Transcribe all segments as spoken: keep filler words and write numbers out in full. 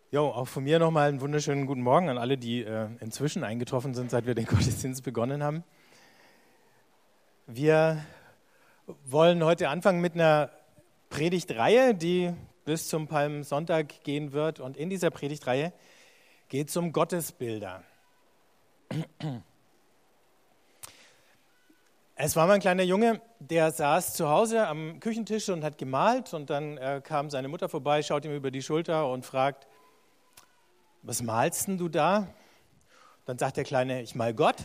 Jo, auch von mir nochmal einen wunderschönen guten Morgen an alle, die äh, inzwischen eingetroffen sind, seit wir den Gottesdienst begonnen haben. Wir wollen heute anfangen mit einer Predigtreihe, die bis zum Palmsonntag gehen wird. Und in dieser Predigtreihe geht es um Gottesbilder. Es war mal ein kleiner Junge, der saß zu Hause am Küchentisch und hat gemalt. Und dann äh, kam seine Mutter vorbei, schaut ihm über die Schulter und fragt: Was malst denn du da? Dann sagt der Kleine: Ich mal Gott.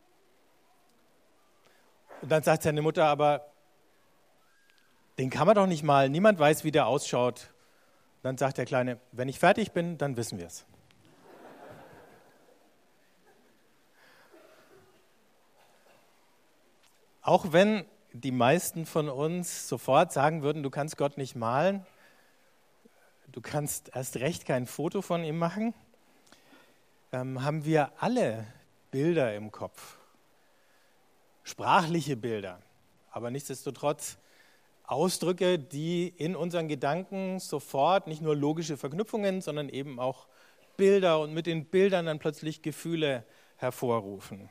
Und dann sagt seine Mutter: Aber den kann man doch nicht malen, niemand weiß, wie der ausschaut. Und dann sagt der Kleine: Wenn ich fertig bin, dann wissen wir es. Auch wenn die meisten von uns sofort sagen würden, du kannst Gott nicht malen, du kannst erst recht kein Foto von ihm machen, ähm, haben wir alle Bilder im Kopf. Sprachliche Bilder, aber nichtsdestotrotz Ausdrücke, die in unseren Gedanken sofort nicht nur logische Verknüpfungen, sondern eben auch Bilder und mit den Bildern dann plötzlich Gefühle hervorrufen.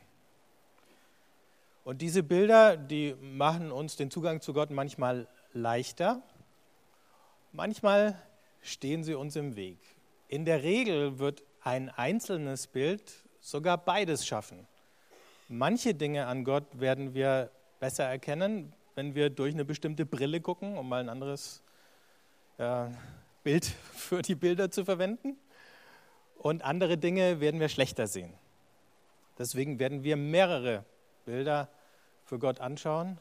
Und diese Bilder, die machen uns den Zugang zu Gott manchmal leichter, manchmal stehen sie uns im Weg. In der Regel wird ein einzelnes Bild sogar beides schaffen. Manche Dinge an Gott werden wir besser erkennen, wenn wir durch eine bestimmte Brille gucken, um mal ein anderes äh, Bild für die Bilder zu verwenden. Und andere Dinge werden wir schlechter sehen. Deswegen werden wir mehrere Bilder für Gott anschauen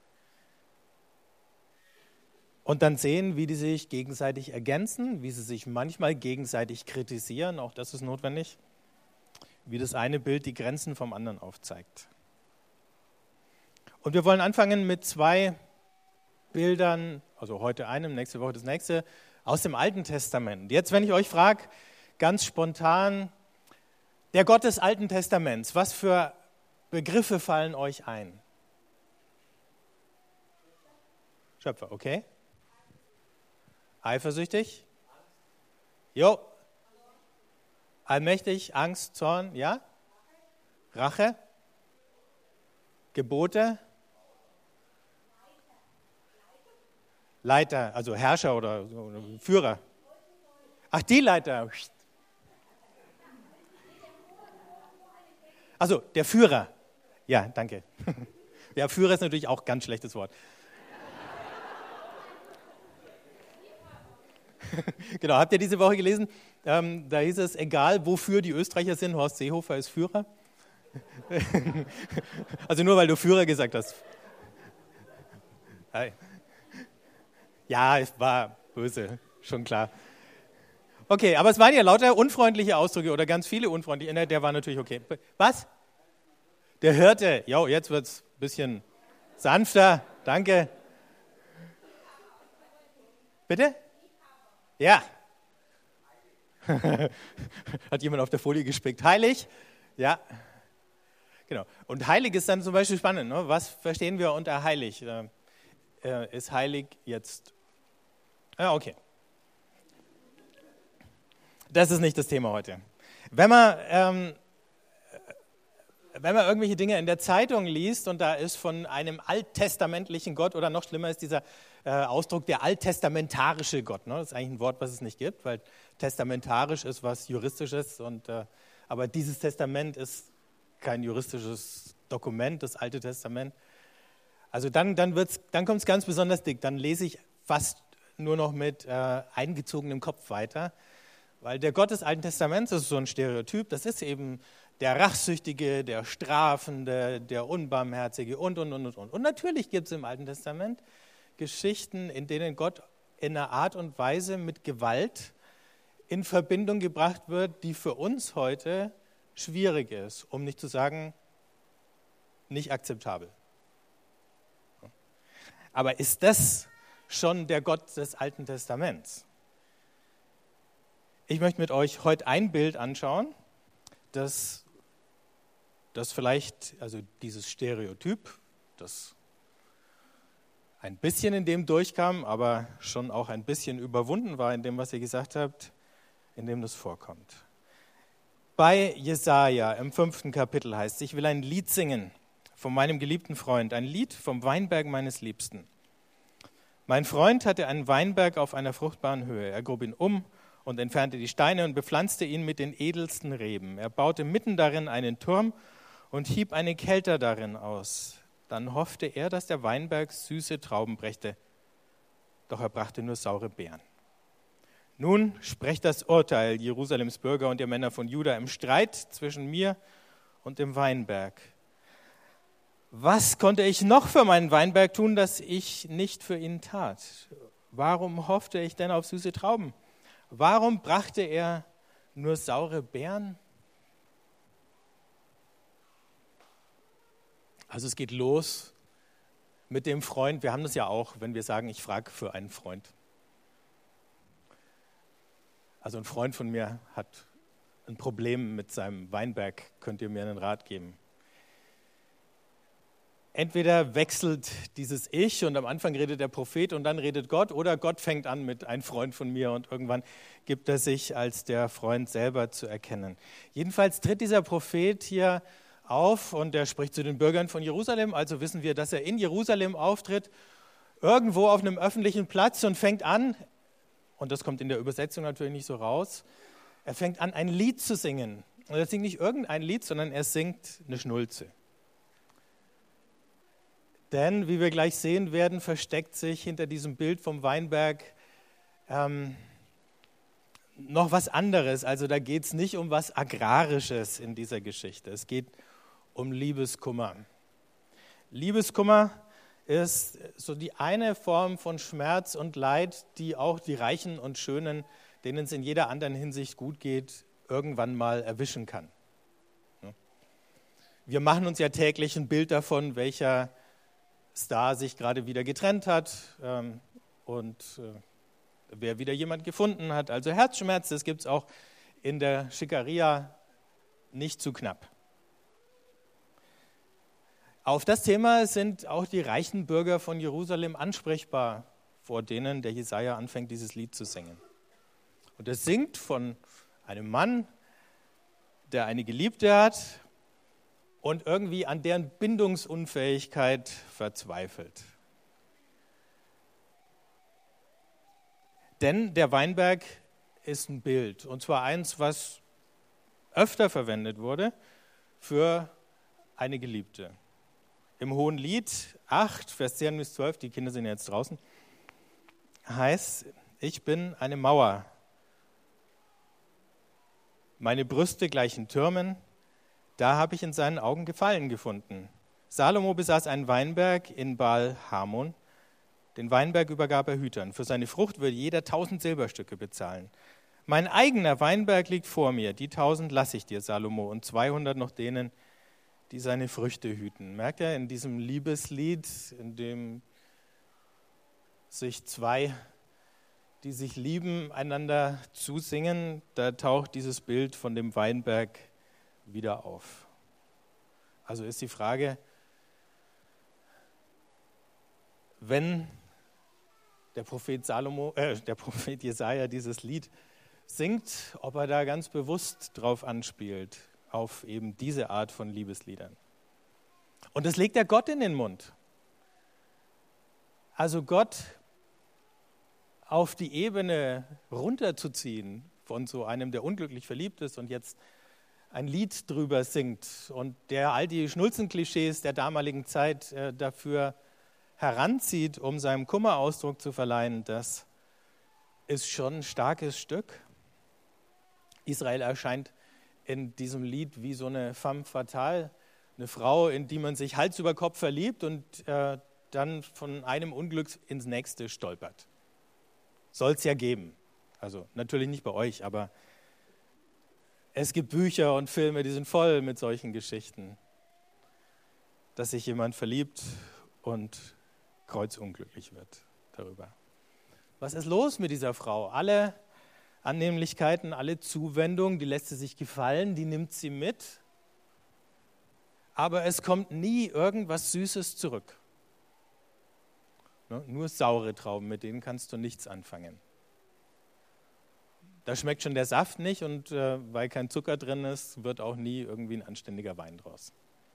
und dann sehen, wie die sich gegenseitig ergänzen, wie sie sich manchmal gegenseitig kritisieren, auch das ist notwendig, wie das eine Bild die Grenzen vom anderen aufzeigt. Und wir wollen anfangen mit zwei Bildern, also heute einem, nächste Woche das nächste, aus dem Alten Testament. Jetzt, wenn ich euch frage, ganz spontan, der Gott des Alten Testaments, was für Begriffe fallen euch ein? Schöpfer, okay. Eifersüchtig? Jo. Allmächtig, Angst, Zorn, ja? Rache? Gebote? Leiter, also Herrscher oder, oder Führer. Ach, die Leiter. Also der Führer. Ja, danke. Ja, Führer ist natürlich auch ein ganz schlechtes Wort. Genau, habt ihr diese Woche gelesen? Ähm, da hieß es, egal wofür die Österreicher sind, Horst Seehofer ist Führer. Also nur, weil du Führer gesagt hast. Ja, es war böse, schon klar. Okay, aber es waren ja lauter unfreundliche Ausdrücke oder ganz viele unfreundliche. Der war natürlich okay. Was? Der Hirte. Jo, jetzt wird es ein bisschen sanfter. Danke. Bitte? Ja. Hat jemand auf der Folie gespickt. Heilig? Ja. Genau. Und heilig ist dann zum Beispiel spannend. Ne? Was verstehen wir unter heilig? Äh, ist heilig jetzt? Ah, okay. Das ist nicht das Thema heute. Wenn man, ähm, wenn man irgendwelche Dinge in der Zeitung liest und da ist von einem alttestamentlichen Gott oder noch schlimmer ist dieser äh, Ausdruck der alttestamentarische Gott. Ne? Das ist eigentlich ein Wort, was es nicht gibt, weil testamentarisch ist was Juristisches. Und, äh, aber dieses Testament ist kein juristisches Dokument, das Alte Testament. Also dann, dann, wird's, dann kommt es ganz besonders dick. Dann lese ich fast nur noch mit äh, eingezogenem Kopf weiter. Weil der Gott des Alten Testaments, das ist so ein Stereotyp, das ist eben der Rachsüchtige, der Strafende, der Unbarmherzige und, und, und, und. Und natürlich gibt es im Alten Testament Geschichten, in denen Gott in einer Art und Weise mit Gewalt in Verbindung gebracht wird, die für uns heute schwierig ist, um nicht zu sagen, nicht akzeptabel. Aber ist das schon der Gott des Alten Testaments? Ich möchte mit euch heute ein Bild anschauen, das, das vielleicht, also dieses Stereotyp, das ein bisschen in dem durchkam, aber schon auch ein bisschen überwunden war in dem, was ihr gesagt habt, in dem das vorkommt. Bei Jesaja im fünften Kapitel heißt es, ich will ein Lied singen von meinem geliebten Freund, ein Lied vom Weinberg meines Liebsten. Mein Freund hatte einen Weinberg auf einer fruchtbaren Höhe. Er grub ihn um und entfernte die Steine und bepflanzte ihn mit den edelsten Reben. Er baute mitten darin einen Turm und hieb eine Kelter darin aus. Dann hoffte er, dass der Weinberg süße Trauben brächte, doch er brachte nur saure Beeren. Nun sprecht das Urteil Jerusalems Bürger und ihr Männer von Juda im Streit zwischen mir und dem Weinberg. Was konnte ich noch für meinen Weinberg tun, das ich nicht für ihn tat? Warum hoffte ich denn auf süße Trauben? Warum brachte er nur saure Beeren? Also es geht los mit dem Freund. Wir haben das ja auch, wenn wir sagen, ich frage für einen Freund. Also ein Freund von mir hat ein Problem mit seinem Weinberg. Könnt ihr mir einen Rat geben? Entweder wechselt dieses Ich und am Anfang redet der Prophet und dann redet Gott, oder Gott fängt an mit ein Freund von mir und irgendwann gibt er sich als der Freund selber zu erkennen. Jedenfalls tritt dieser Prophet hier auf und er spricht zu den Bürgern von Jerusalem, also wissen wir, dass er in Jerusalem auftritt, irgendwo auf einem öffentlichen Platz und fängt an, und das kommt in der Übersetzung natürlich nicht so raus, er fängt an, ein Lied zu singen. Und er singt nicht irgendein Lied, sondern er singt eine Schnulze. Denn, wie wir gleich sehen werden, versteckt sich hinter diesem Bild vom Weinberg ähm, noch was anderes. Also da geht es nicht um was Agrarisches in dieser Geschichte. Es geht um Liebeskummer. Liebeskummer ist so die eine Form von Schmerz und Leid, die auch die Reichen und Schönen, denen es in jeder anderen Hinsicht gut geht, irgendwann mal erwischen kann. Wir machen uns ja täglich ein Bild davon, welcher Star sich gerade wieder getrennt hat ähm, und äh, wer wieder jemand gefunden hat. Also Herzschmerz, das gibt es auch in der Schickeria nicht zu knapp. Auf das Thema sind auch die reichen Bürger von Jerusalem ansprechbar, vor denen der Jesaja anfängt, dieses Lied zu singen. Und er singt von einem Mann, der eine Geliebte hat und irgendwie an deren Bindungsunfähigkeit verzweifelt. Denn der Weinberg ist ein Bild, und zwar eins, was öfter verwendet wurde für eine Geliebte. Im Hohen Lied acht, Vers zehn bis zwölf, die Kinder sind jetzt draußen, heißt, ich bin eine Mauer. Meine Brüste gleichen Türmen, da habe ich in seinen Augen Gefallen gefunden. Salomo besaß einen Weinberg in Baal-Hamon. Den Weinberg übergab er Hütern. Für seine Frucht würde jeder tausend Silberstücke bezahlen. Mein eigener Weinberg liegt vor mir. Die tausend lasse ich dir, Salomo, und zweihundert noch denen, die seine Früchte hüten. Merkt ihr, in diesem Liebeslied, in dem sich zwei, die sich lieben, einander zusingen, da taucht dieses Bild von dem Weinberg wieder auf. Also ist die Frage, wenn der Prophet Salomo, äh, der Prophet Jesaja dieses Lied singt, ob er da ganz bewusst drauf anspielt, auf eben diese Art von Liebesliedern. Und das legt er Gott in den Mund. Also Gott auf die Ebene runterzuziehen von so einem, der unglücklich verliebt ist und jetzt ein Lied drüber singt und der all die Schnulzenklischees der damaligen Zeit äh, dafür heranzieht, um seinem Kummer Ausdruck zu verleihen, das ist schon ein starkes Stück. Israel erscheint in diesem Lied wie so eine femme fatale, eine Frau, in die man sich Hals über Kopf verliebt und äh, dann von einem Unglück ins nächste stolpert. Soll es ja geben. Also natürlich nicht bei euch, aber es gibt Bücher und Filme, die sind voll mit solchen Geschichten, dass sich jemand verliebt und kreuzunglücklich wird darüber. Was ist los mit dieser Frau? Alle Annehmlichkeiten, alle Zuwendung, die lässt sie sich gefallen, die nimmt sie mit, aber es kommt nie irgendwas Süßes zurück. Nur saure Trauben, mit denen kannst du nichts anfangen. da schmeckt schon der Saft nicht und äh, weil kein Zucker drin ist, wird auch nie irgendwie ein anständiger Wein draus.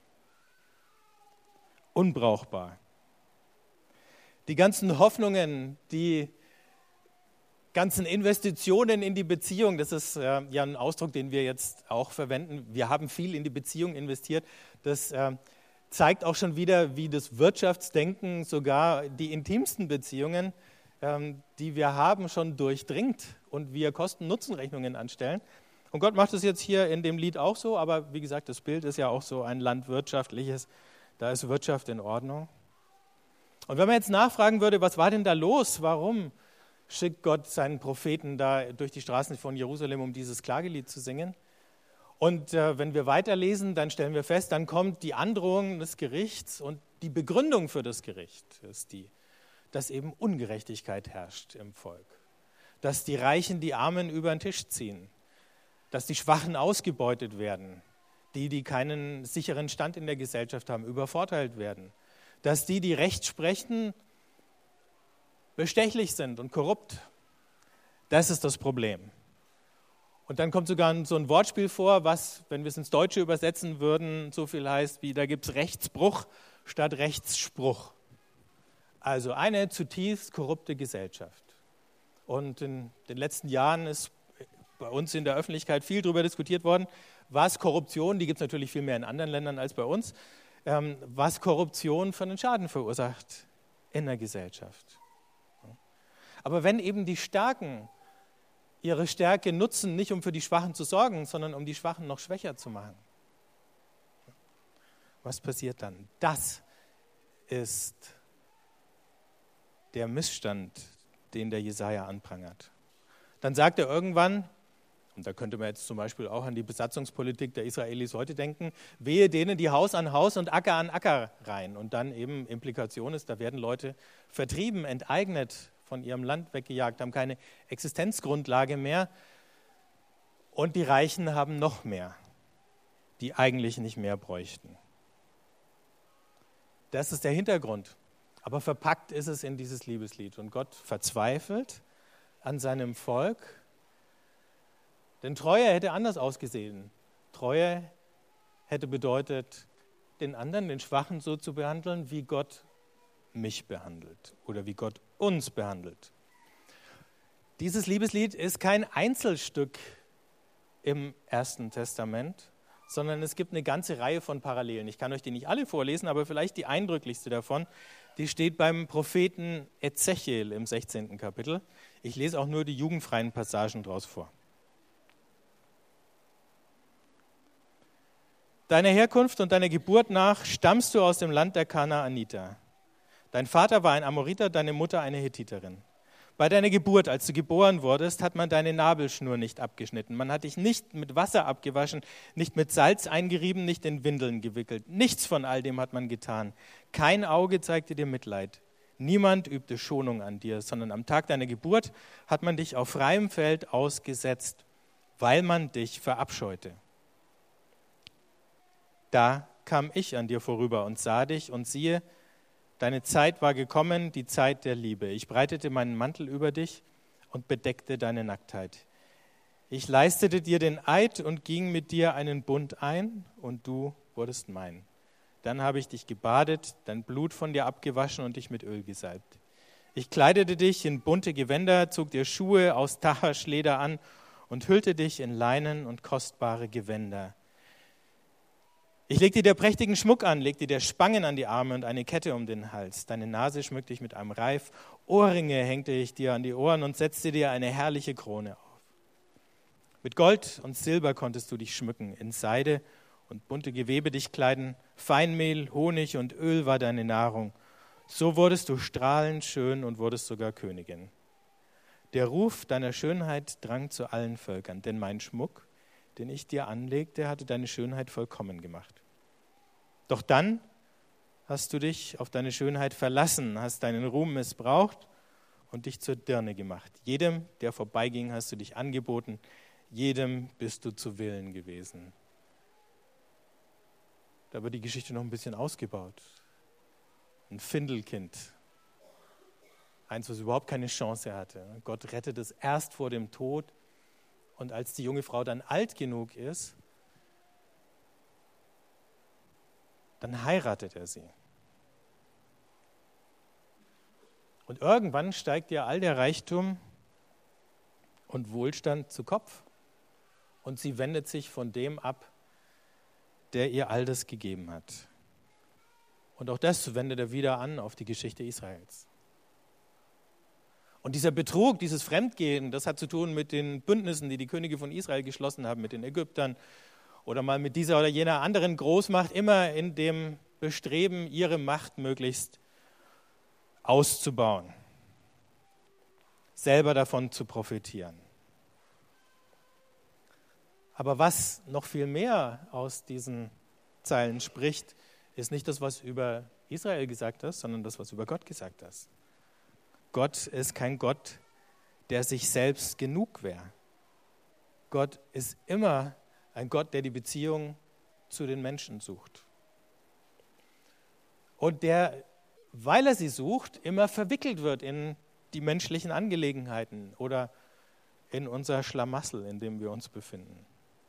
Unbrauchbar. Die ganzen Hoffnungen, die ganzen Investitionen in die Beziehung, das ist äh, ja ein Ausdruck, den wir jetzt auch verwenden. Wir haben viel in die Beziehung investiert. Das äh, zeigt auch schon wieder, wie das Wirtschaftsdenken sogar die intimsten Beziehungen, ähm, die wir haben, schon durchdringt und wir Kosten-Nutzen-Rechnungen anstellen. Und Gott macht es jetzt hier in dem Lied auch so, aber wie gesagt, das Bild ist ja auch so ein landwirtschaftliches, da ist Wirtschaft in Ordnung. Und wenn man jetzt nachfragen würde, was war denn da los, warum schickt Gott seinen Propheten da durch die Straßen von Jerusalem, um dieses Klagelied zu singen? Und äh, wenn wir weiterlesen, dann stellen wir fest, dann kommt die Androhung des Gerichts und die Begründung für das Gericht ist die, dass eben Ungerechtigkeit herrscht im Volk, dass die Reichen die Armen über den Tisch ziehen, dass die Schwachen ausgebeutet werden, die, die keinen sicheren Stand in der Gesellschaft haben, übervorteilt werden, dass die, die Recht sprechen, bestechlich sind und korrupt. Das ist das Problem. Und dann kommt sogar so ein Wortspiel vor, was, wenn wir es ins Deutsche übersetzen würden, so viel heißt wie, da gibt es Rechtsbruch statt Rechtsspruch. Also eine zutiefst korrupte Gesellschaft. Und in den letzten Jahren ist bei uns in der Öffentlichkeit viel darüber diskutiert worden, was Korruption, die gibt es natürlich viel mehr in anderen Ländern als bei uns, ähm, was Korruption für einen Schaden verursacht in der Gesellschaft. Aber wenn eben die Starken ihre Stärke nutzen, nicht um für die Schwachen zu sorgen, sondern um die Schwachen noch schwächer zu machen, was passiert dann? Das ist der Missstand, den der Jesaja anprangert. Dann sagt er irgendwann, und da könnte man jetzt zum Beispiel auch an die Besatzungspolitik der Israelis heute denken, wehe denen, die Haus an Haus und Acker an Acker rein. Und dann eben Implikation ist, da werden Leute vertrieben, enteignet, von ihrem Land weggejagt, haben keine Existenzgrundlage mehr und die Reichen haben noch mehr, die eigentlich nicht mehr bräuchten. Das ist der Hintergrund, aber verpackt ist es in dieses Liebeslied und Gott verzweifelt an seinem Volk, denn Treue hätte anders ausgesehen. Treue hätte bedeutet, den anderen, den Schwachen so zu behandeln, wie Gott mich behandelt oder wie Gott uns behandelt. Dieses Liebeslied ist kein Einzelstück im Ersten Testament, sondern es gibt eine ganze Reihe von Parallelen. Ich kann euch die nicht alle vorlesen, aber vielleicht die eindrücklichste davon, die steht beim Propheten Ezechiel im sechzehnten Kapitel. Ich lese auch nur die jugendfreien Passagen daraus vor. Deiner Herkunft und deiner Geburt nach stammst du aus dem Land der Kanaaniter. Dein Vater war ein Amoriter, deine Mutter eine Hethiterin. Bei deiner Geburt, als du geboren wurdest, hat man deine Nabelschnur nicht abgeschnitten. Man hat dich nicht mit Wasser abgewaschen, nicht mit Salz eingerieben, nicht in Windeln gewickelt. Nichts von all dem hat man getan. Kein Auge zeigte dir Mitleid. Niemand übte Schonung an dir, sondern am Tag deiner Geburt hat man dich auf freiem Feld ausgesetzt, weil man dich verabscheute. Da kam ich an dir vorüber und sah dich und siehe, deine Zeit war gekommen, die Zeit der Liebe. Ich breitete meinen Mantel über dich und bedeckte deine Nacktheit. Ich leistete dir den Eid und ging mit dir einen Bund ein und du wurdest mein. Dann habe ich dich gebadet, dein Blut von dir abgewaschen und dich mit Öl gesalbt. Ich kleidete dich in bunte Gewänder, zog dir Schuhe aus Tahaschleder an und hüllte dich in Leinen und kostbare Gewänder. Ich legte dir prächtigen Schmuck an, legte dir Spangen an die Arme und eine Kette um den Hals. Deine Nase schmückte ich mit einem Reif, Ohrringe hängte ich dir an die Ohren und setzte dir eine herrliche Krone auf. Mit Gold und Silber konntest du dich schmücken, in Seide und bunte Gewebe dich kleiden, Feinmehl, Honig und Öl war deine Nahrung. So wurdest du strahlend schön und wurdest sogar Königin. Der Ruf deiner Schönheit drang zu allen Völkern, denn mein Schmuck, den ich dir anlegte, hatte deine Schönheit vollkommen gemacht. Doch dann hast du dich auf deine Schönheit verlassen, hast deinen Ruhm missbraucht und dich zur Dirne gemacht. Jedem, der vorbeiging, hast du dich angeboten, jedem bist du zu Willen gewesen. Da wird die Geschichte noch ein bisschen ausgebaut. Ein Findelkind, eins, was überhaupt keine Chance hatte. Gott rettet es erst vor dem Tod Und als die junge Frau dann alt genug ist, dann heiratet er sie. Und irgendwann steigt ihr all der Reichtum und Wohlstand zu Kopf und sie wendet sich von dem ab, der ihr all das gegeben hat. Und auch das wendet er wieder an auf die Geschichte Israels. Und dieser Betrug, dieses Fremdgehen, das hat zu tun mit den Bündnissen, die die Könige von Israel geschlossen haben, mit den Ägyptern oder mal mit dieser oder jener anderen Großmacht, immer in dem Bestreben, ihre Macht möglichst auszubauen, selber davon zu profitieren. Aber was noch viel mehr aus diesen Zeilen spricht, ist nicht das, was über Israel gesagt ist, sondern das, was über Gott gesagt ist. Gott ist kein Gott, der sich selbst genug wäre. Gott ist immer ein Gott, der die Beziehung zu den Menschen sucht. Und der, weil er sie sucht, immer verwickelt wird in die menschlichen Angelegenheiten oder in unser Schlamassel, in dem wir uns befinden.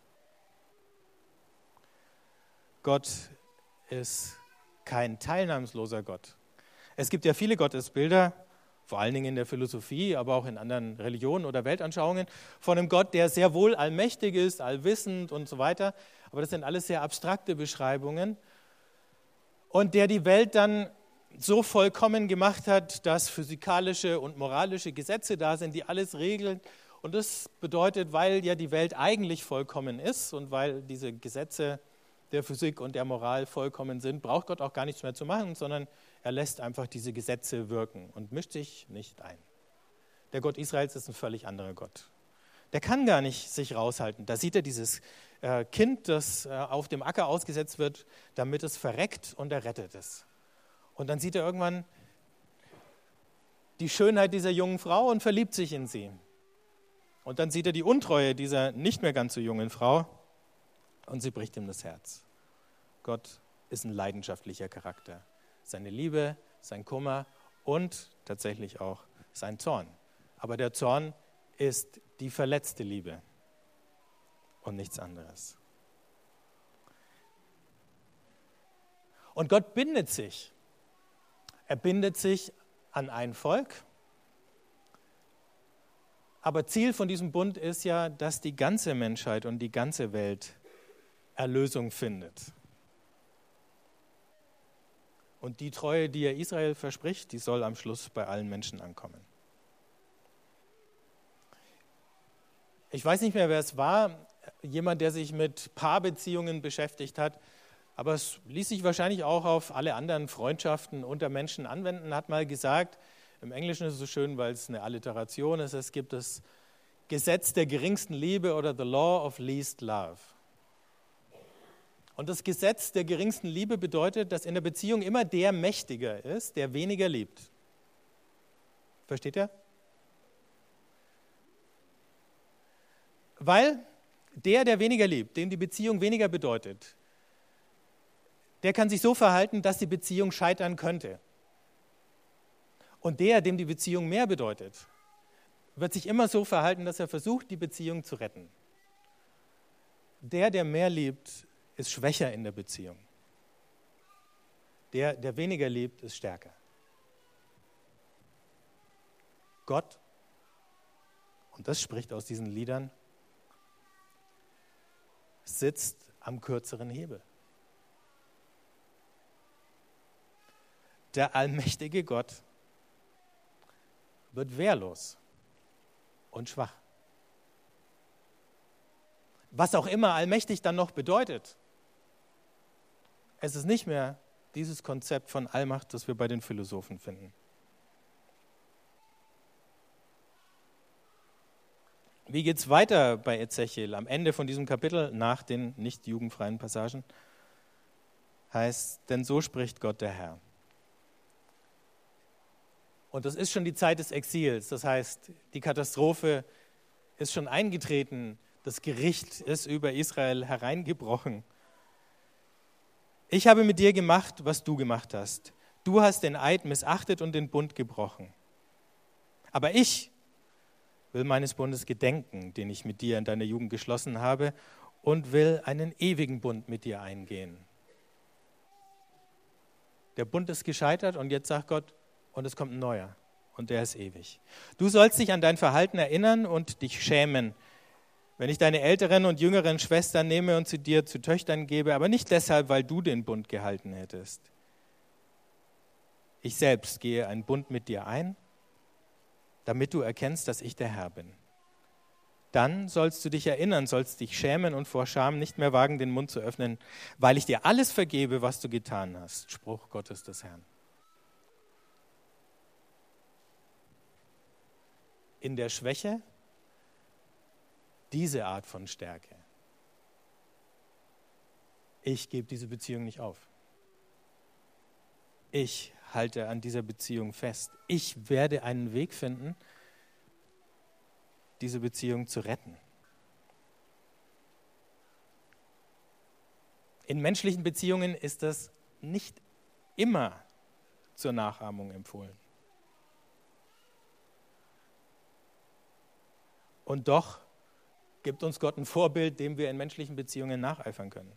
Gott ist kein teilnahmsloser Gott. Es gibt ja viele Gottesbilder, vor allen Dingen in der Philosophie, aber auch in anderen Religionen oder Weltanschauungen, von einem Gott, der sehr wohl allmächtig ist, allwissend und so weiter. Aber das sind alles sehr abstrakte Beschreibungen. Und der die Welt dann so vollkommen gemacht hat, dass physikalische und moralische Gesetze da sind, die alles regeln. Und das bedeutet, weil ja die Welt eigentlich vollkommen ist und weil diese Gesetze der Physik und der Moral vollkommen sind, braucht Gott auch gar nichts mehr zu machen, sondern er lässt einfach diese Gesetze wirken und mischt sich nicht ein. Der Gott Israels ist ein völlig anderer Gott. Der kann gar nicht sich raushalten. Da sieht er dieses äh, Kind, das äh, auf dem Acker ausgesetzt wird, damit es verreckt, und er rettet es. Und dann sieht er irgendwann die Schönheit dieser jungen Frau und verliebt sich in sie. Und dann sieht er die Untreue dieser nicht mehr ganz so jungen Frau und sie bricht ihm das Herz. Gott ist ein leidenschaftlicher Charakter. Seine Liebe, sein Kummer und tatsächlich auch sein Zorn. Aber der Zorn ist die verletzte Liebe und nichts anderes. Und Gott bindet sich. Er bindet sich an ein Volk. Aber Ziel von diesem Bund ist ja, dass die ganze Menschheit und die ganze Welt Erlösung findet. Und die Treue, die er Israel verspricht, die soll am Schluss bei allen Menschen ankommen. Ich weiß nicht mehr, wer es war, jemand, der sich mit Paarbeziehungen beschäftigt hat, aber es ließ sich wahrscheinlich auch auf alle anderen Freundschaften unter Menschen anwenden, hat mal gesagt, im Englischen ist es so schön, weil es eine Alliteration ist, es gibt das Gesetz der geringsten Liebe oder the law of least love. Und das Gesetz der geringsten Liebe bedeutet, dass in der Beziehung immer der mächtiger ist, der weniger liebt. Versteht ihr? Weil der, der weniger liebt, dem die Beziehung weniger bedeutet, der kann sich so verhalten, dass die Beziehung scheitern könnte. Und der, dem die Beziehung mehr bedeutet, wird sich immer so verhalten, dass er versucht, die Beziehung zu retten. Der, der mehr liebt, ist schwächer in der Beziehung. Der, der weniger liebt, ist stärker. Gott, und das spricht aus diesen Liedern, sitzt am kürzeren Hebel. Der allmächtige Gott wird wehrlos und schwach. Was auch immer allmächtig dann noch bedeutet. Es ist nicht mehr dieses Konzept von Allmacht, das wir bei den Philosophen finden. Wie geht es weiter bei Ezechiel? Am Ende von diesem Kapitel, nach den nicht jugendfreien Passagen, heißt, denn so spricht Gott der Herr. Und das ist schon die Zeit des Exils, das heißt, die Katastrophe ist schon eingetreten, das Gericht ist über Israel hereingebrochen. Ich habe mit dir gemacht, was du gemacht hast. Du hast den Eid missachtet und den Bund gebrochen. Aber ich will meines Bundes gedenken, den ich mit dir in deiner Jugend geschlossen habe, und will einen ewigen Bund mit dir eingehen. Der Bund ist gescheitert und jetzt sagt Gott, und es kommt ein neuer und der ist ewig. Du sollst dich an dein Verhalten erinnern und dich schämen, wenn ich deine älteren und jüngeren Schwestern nehme und sie dir zu Töchtern gebe, aber nicht deshalb, weil du den Bund gehalten hättest. Ich selbst gehe einen Bund mit dir ein, damit du erkennst, dass ich der Herr bin. Dann sollst du dich erinnern, sollst dich schämen und vor Scham nicht mehr wagen, den Mund zu öffnen, weil ich dir alles vergebe, was du getan hast. Spruch Gottes des Herrn. In der Schwäche diese Art von Stärke. Ich gebe diese Beziehung nicht auf. Ich halte an dieser Beziehung fest. Ich werde einen Weg finden, diese Beziehung zu retten. In menschlichen Beziehungen ist das nicht immer zur Nachahmung empfohlen. Und doch gibt uns Gott ein Vorbild, dem wir in menschlichen Beziehungen nacheifern können.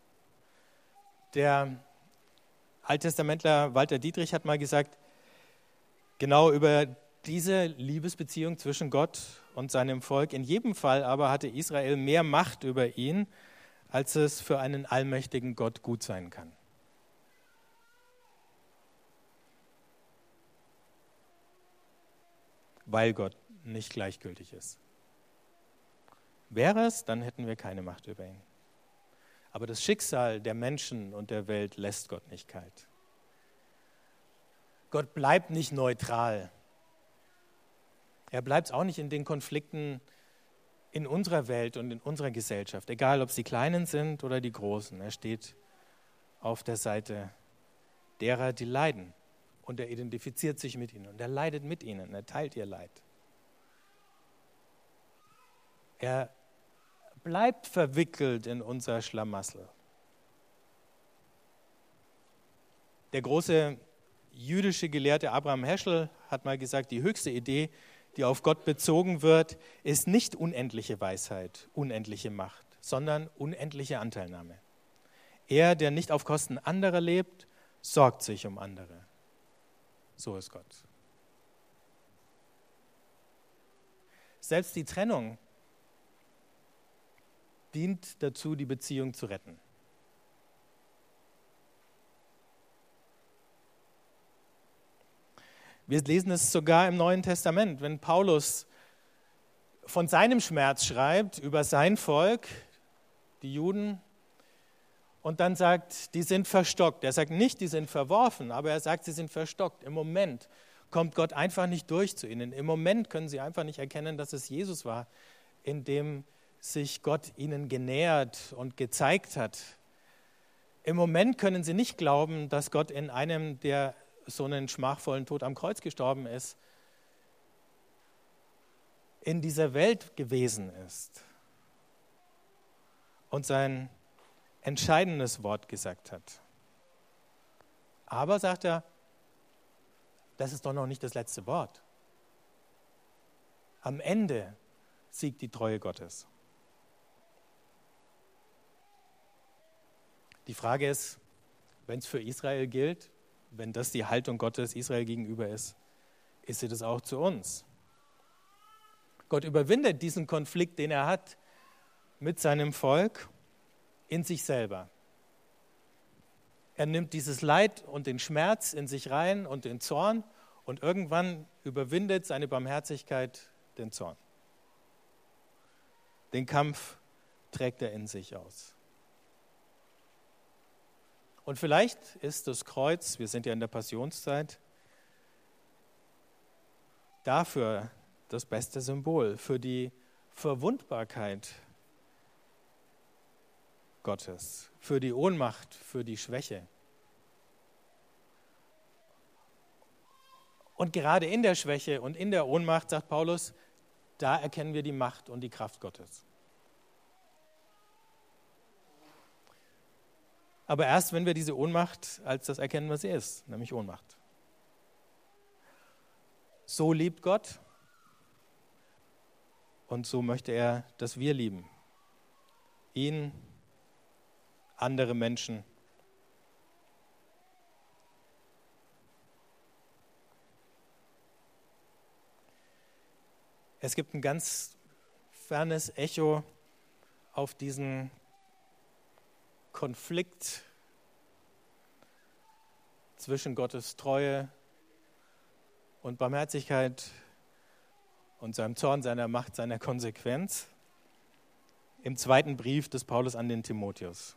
Der Alttestamentler Walter Dietrich hat mal gesagt, genau über diese Liebesbeziehung zwischen Gott und seinem Volk, in jedem Fall aber hatte Israel mehr Macht über ihn, als es für einen allmächtigen Gott gut sein kann. Weil Gott nicht gleichgültig ist. Wäre es, dann hätten wir keine Macht über ihn. Aber das Schicksal der Menschen und der Welt lässt Gott nicht kalt. Gott bleibt nicht neutral. Er bleibt auch nicht in den Konflikten in unserer Welt und in unserer Gesellschaft, egal ob sie kleinen sind oder die großen. Er steht auf der Seite derer, die leiden. Und er identifiziert sich mit ihnen und er leidet mit ihnen, er teilt ihr Leid. Er bleibt verwickelt in unser Schlamassel. Der große jüdische Gelehrte Abraham Heschel hat mal gesagt, die höchste Idee, die auf Gott bezogen wird, ist nicht unendliche Weisheit, unendliche Macht, sondern unendliche Anteilnahme. Er, der nicht auf Kosten anderer lebt, sorgt sich um andere. So ist Gott. Selbst die Trennung dient dazu, die Beziehung zu retten. Wir lesen es sogar im Neuen Testament, wenn Paulus von seinem Schmerz schreibt über sein Volk, die Juden, und dann sagt, die sind verstockt. Er sagt nicht, die sind verworfen, aber er sagt, sie sind verstockt. Im Moment kommt Gott einfach nicht durch zu ihnen. Im Moment können sie einfach nicht erkennen, dass es Jesus war, in dem sich Gott ihnen genähert und gezeigt hat. Im Moment können sie nicht glauben, dass Gott in einem, der so einen schmachvollen Tod am Kreuz gestorben ist, in dieser Welt gewesen ist und sein entscheidendes Wort gesagt hat. Aber, sagt er, das ist doch noch nicht das letzte Wort. Am Ende siegt die Treue Gottes. Die Frage ist, wenn es für Israel gilt, wenn das die Haltung Gottes Israel gegenüber ist, ist sie das auch zu uns? Gott überwindet diesen Konflikt, den er hat mit seinem Volk, in sich selber. Er nimmt dieses Leid und den Schmerz in sich rein und den Zorn und irgendwann überwindet seine Barmherzigkeit den Zorn. Den Kampf trägt er in sich aus. Und vielleicht ist das Kreuz, wir sind ja in der Passionszeit, dafür das beste Symbol, für die Verwundbarkeit Gottes, für die Ohnmacht, für die Schwäche. Und gerade in der Schwäche und in der Ohnmacht, sagt Paulus, da erkennen wir die Macht und die Kraft Gottes. Aber erst, wenn wir diese Ohnmacht als das erkennen, was sie ist, nämlich Ohnmacht. So liebt Gott und so möchte er, dass wir lieben. Ihn, andere Menschen. Es gibt ein ganz fernes Echo auf diesen Konflikt zwischen Gottes Treue und Barmherzigkeit und seinem Zorn, seiner Macht, seiner Konsequenz im zweiten Brief des Paulus an den Timotheus.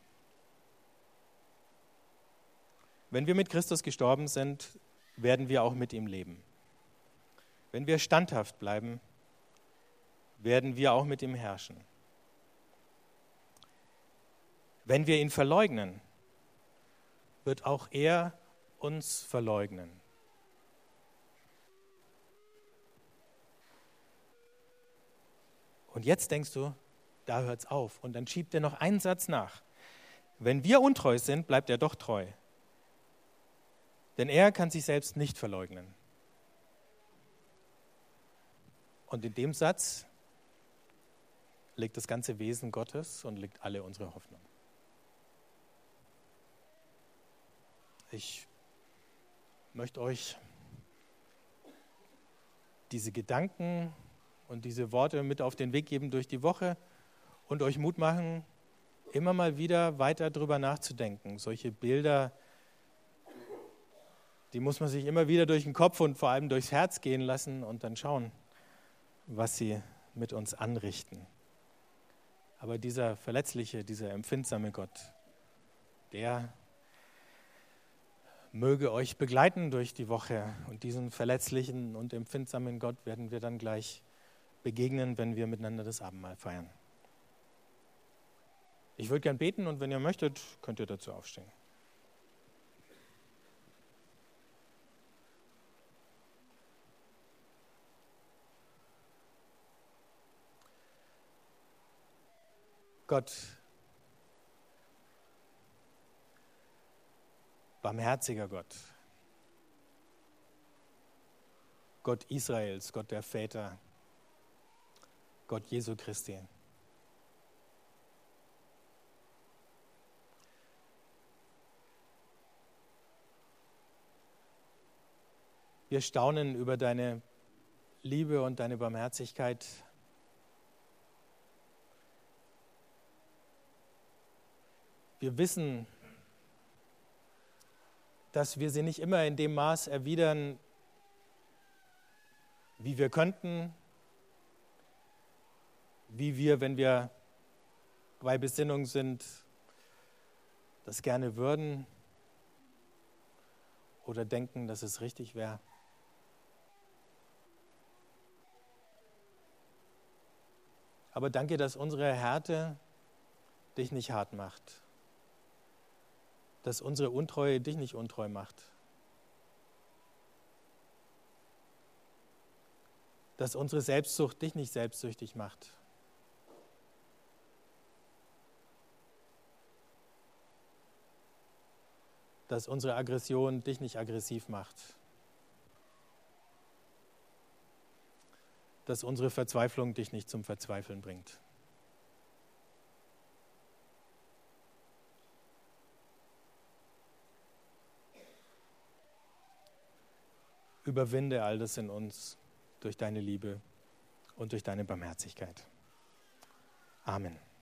Wenn wir mit Christus gestorben sind, werden wir auch mit ihm leben. Wenn wir standhaft bleiben, werden wir auch mit ihm herrschen. Wenn wir ihn verleugnen, wird auch er uns verleugnen. Und jetzt denkst du, da hört's auf. Und dann schiebt er noch einen Satz nach. Wenn wir untreu sind, bleibt er doch treu. Denn er kann sich selbst nicht verleugnen. Und in dem Satz liegt das ganze Wesen Gottes und liegt alle unsere Hoffnung. Ich möchte euch diese Gedanken und diese Worte mit auf den Weg geben durch die Woche und euch Mut machen, immer mal wieder weiter drüber nachzudenken. Solche Bilder, die muss man sich immer wieder durch den Kopf und vor allem durchs Herz gehen lassen und dann schauen, was sie mit uns anrichten. Aber dieser verletzliche, dieser empfindsame Gott, der möge euch begleiten durch die Woche. Und diesen verletzlichen und empfindsamen Gott werden wir dann gleich begegnen, wenn wir miteinander das Abendmahl feiern. Ich würde gern beten und wenn ihr möchtet, könnt ihr dazu aufstehen. Gott, barmherziger Gott, Gott Israels, Gott der Väter, Gott Jesu Christi. Wir staunen über deine Liebe und deine Barmherzigkeit. Wir wissen, dass wir sie nicht immer in dem Maß erwidern, wie wir könnten, wie wir, wenn wir bei Besinnung sind, das gerne würden oder denken, dass es richtig wäre. Aber danke, dass unsere Härte dich nicht hart macht. Dass unsere Untreue dich nicht untreu macht. Dass unsere Selbstsucht dich nicht selbstsüchtig macht. Dass unsere Aggression dich nicht aggressiv macht. Dass unsere Verzweiflung dich nicht zum Verzweifeln bringt. Überwinde all das in uns durch deine Liebe und durch deine Barmherzigkeit. Amen.